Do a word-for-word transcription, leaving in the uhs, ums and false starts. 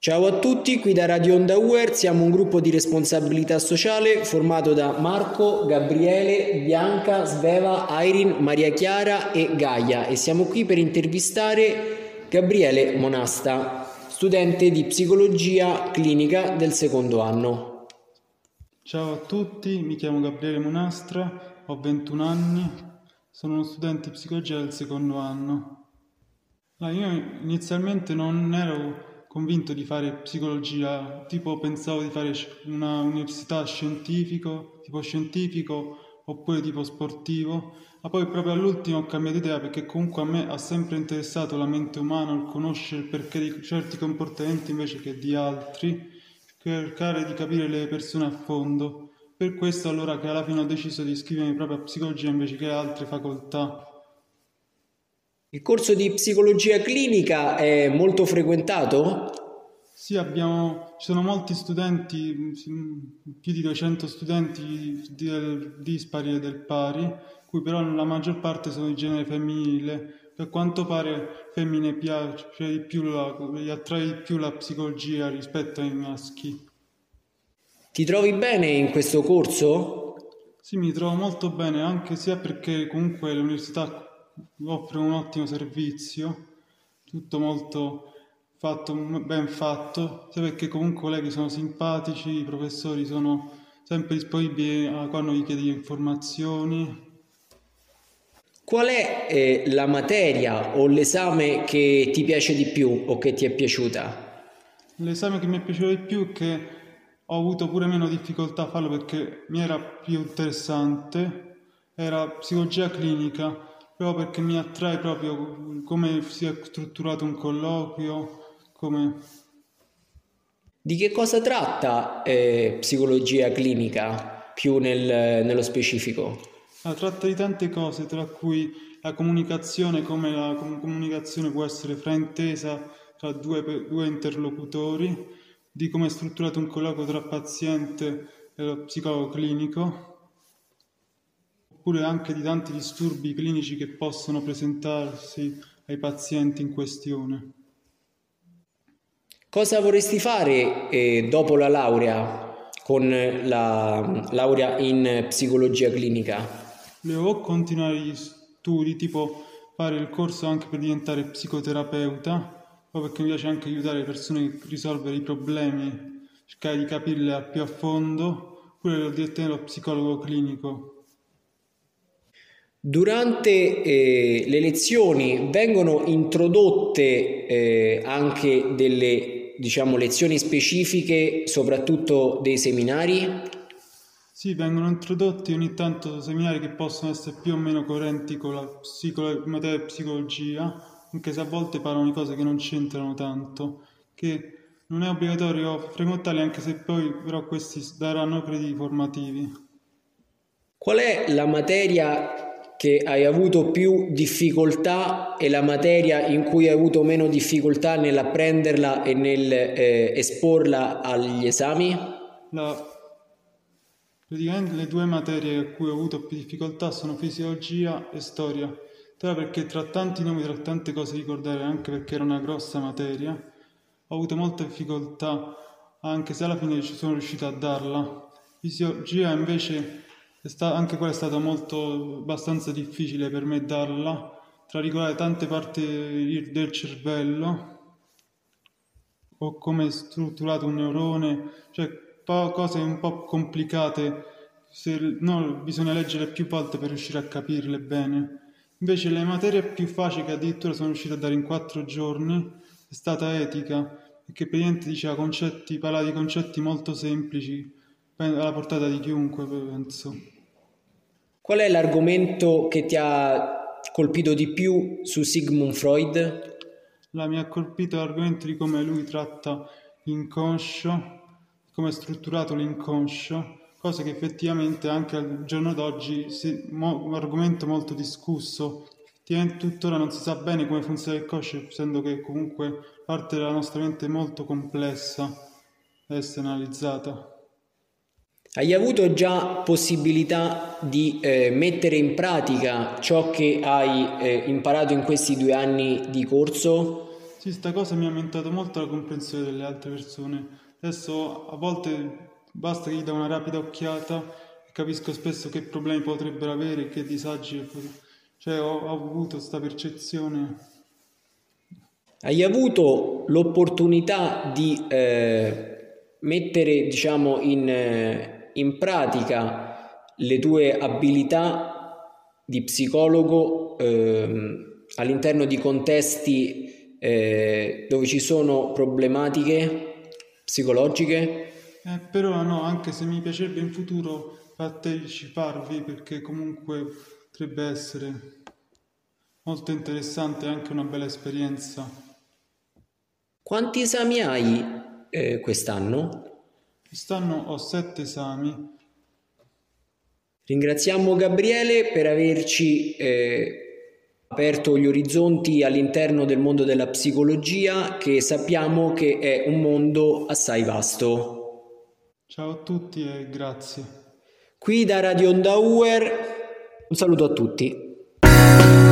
Ciao a tutti, qui da Radio Onda Uer siamo un gruppo di responsabilità sociale formato da Marco, Gabriele, Bianca, Sveva, Airin, Maria Chiara e Gaia e siamo qui per intervistare Gabriele Monasta, studente di psicologia clinica del secondo anno. Ciao a tutti, mi chiamo Gabriele Monastra, ho ventuno anni, sono uno studente di psicologia del secondo anno. Ah, io inizialmente non ero convinto di fare psicologia, tipo pensavo di fare una università scientifico, tipo scientifico oppure tipo sportivo, ma poi proprio all'ultimo ho cambiato idea perché comunque a me ha sempre interessato la mente umana, il conoscere il perché di certi comportamenti invece che di altri, cercare di capire le persone a fondo. Per questo allora che alla fine ho deciso di iscrivermi proprio a psicologia invece che a altre facoltà. Il corso di psicologia clinica è molto frequentato? Sì, abbiamo, ci sono molti studenti, più di duecento studenti del dispari e del pari, cui però la maggior parte sono di genere femminile. Per quanto pare femmine piace di più, la, gli attrae di più la psicologia rispetto ai maschi. Ti trovi bene in questo corso? Sì, mi trovo molto bene, anche sia perché comunque l'università offre un ottimo servizio, tutto molto fatto, ben fatto, sia perché comunque i colleghi sono simpatici, i professori sono sempre disponibili a quando gli chiedi informazioni. Qual è eh, la materia o l'esame che ti piace di più o che ti è piaciuta? L'esame che mi è piaciuto di più è che ho avuto pure meno difficoltà a farlo perché mi era più interessante, era psicologia clinica, proprio perché mi attrae proprio come si è strutturato un colloquio, come... Di che cosa tratta eh, psicologia clinica, più nel, nello specifico? Ah, tratta di tante cose, tra cui la comunicazione, come la com- comunicazione può essere fraintesa tra due, due interlocutori, di come è strutturato un colloquio tra paziente e lo psicologo clinico, oppure anche di tanti disturbi clinici che possono presentarsi ai pazienti in questione. Cosa vorresti fare eh, dopo la laurea con la laurea in psicologia clinica? Volevo continuare gli studi, tipo fare il corso anche per diventare psicoterapeuta, poi perché mi piace anche aiutare le persone a risolvere i problemi, cercare di capirle più a fondo, oppure diventare lo psicologo clinico. Durante eh, le lezioni vengono introdotte eh, anche delle, diciamo, lezioni specifiche, soprattutto dei seminari? Sì, vengono introdotti ogni tanto seminari che possono essere più o meno coerenti con la psicolo- materia di psicologia, anche se a volte parlano di cose che non c'entrano tanto, che non è obbligatorio frequentarli anche se poi però questi daranno crediti formativi. Qual è la materia che hai avuto più difficoltà e la materia in cui hai avuto meno difficoltà nell'apprenderla e nel eh, esporla agli esami? La Praticamente le due materie a cui ho avuto più difficoltà sono fisiologia e storia, tra perché tra tanti nomi, tra tante cose da ricordare, anche perché era una grossa materia, ho avuto molta difficoltà, anche se alla fine ci sono riuscito a darla. Fisiologia invece, è sta- anche quella è stata molto, abbastanza difficile per me darla, tra ricordare tante parti del cervello, o come è strutturato un neurone, cioè po- cose un po' complicate, se, no, bisogna leggere più volte per riuscire a capirle bene. Invece le materie più facili che addirittura sono riuscito a dare in quattro giorni è stata etica, perché praticamente diceva concetti, parlava di concetti molto semplici, alla portata di chiunque, penso. Qual è l'argomento che ti ha colpito di più su Sigmund Freud? La mi ha colpito l'argomento di come lui tratta l'inconscio, come è strutturato l'inconscio, cosa che effettivamente anche al giorno d'oggi è un argomento molto discusso. Effettivamente tuttora non si sa bene come funziona l'inconscio, essendo che comunque parte della nostra mente è molto complessa da essere analizzata. Hai avuto già possibilità di eh, mettere in pratica ciò che hai eh, imparato in questi due anni di corso? Sì, sta cosa mi ha aumentato molto la comprensione delle altre persone. Adesso a volte basta che gli do una rapida occhiata e capisco spesso che problemi potrebbero avere, che disagi, pot- cioè ho, ho avuto questa percezione. Hai avuto l'opportunità di eh, mettere, diciamo, in, eh, in pratica le tue abilità di psicologo ehm, all'interno di contesti eh, dove ci sono problematiche psicologiche? Eh, però no, anche se mi piacerebbe in futuro parteciparvi perché comunque potrebbe essere molto interessante e anche una bella esperienza. Quanti esami hai eh, quest'anno? Quest'anno ho sette esami. Ringraziamo Gabriele per averci eh, aperto gli orizzonti all'interno del mondo della psicologia, che sappiamo che è un mondo assai vasto. Ciao a tutti e grazie. Qui da Radio Onda Uer, un saluto a tutti.